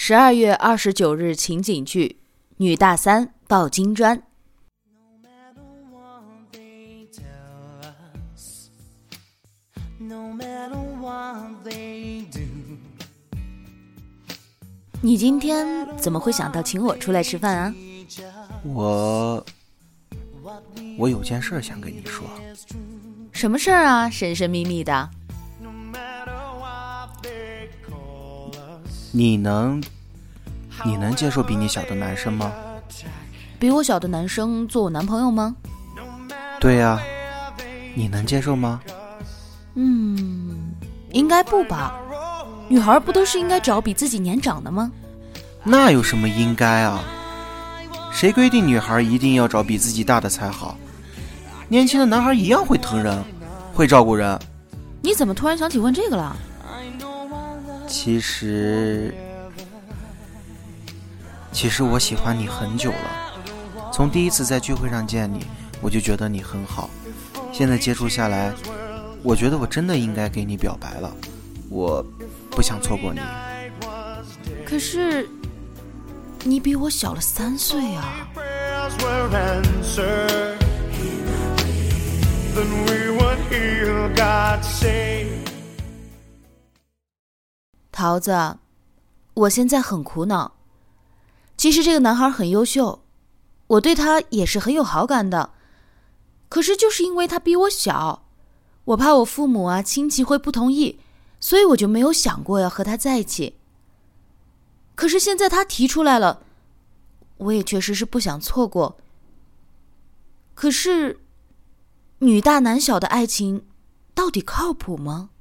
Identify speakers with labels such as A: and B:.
A: 12月29日情景剧，女大三抱金砖。你今天怎么会想到请我出来吃饭啊？
B: 我有件事想跟你说。
A: 什么事儿啊？神神秘秘的。
B: 你能接受比你小的男生吗？
A: 比我小的男生做我男朋友吗？
B: 对呀，你能接受吗？
A: 应该不吧。女孩不都是应该找比自己年长的吗？
B: 那有什么应该啊？谁规定女孩一定要找比自己大的才好？年轻的男孩一样会疼人，会照顾人。
A: 你怎么突然想起问这个了？
B: 其实我喜欢你很久了，从第一次在聚会上见你，我就觉得你很好。现在接触下来，我觉得我真的应该给你表白了，我不想错过你。
A: 可是你比我小了3岁啊。桃子，我现在很苦恼。其实这个男孩很优秀，我对他也是很有好感的，可是就是因为他比我小，我怕我父母啊亲戚会不同意，所以我就没有想过要和他在一起。可是现在他提出来了，我也确实是不想错过。可是女大男小的爱情到底靠谱吗？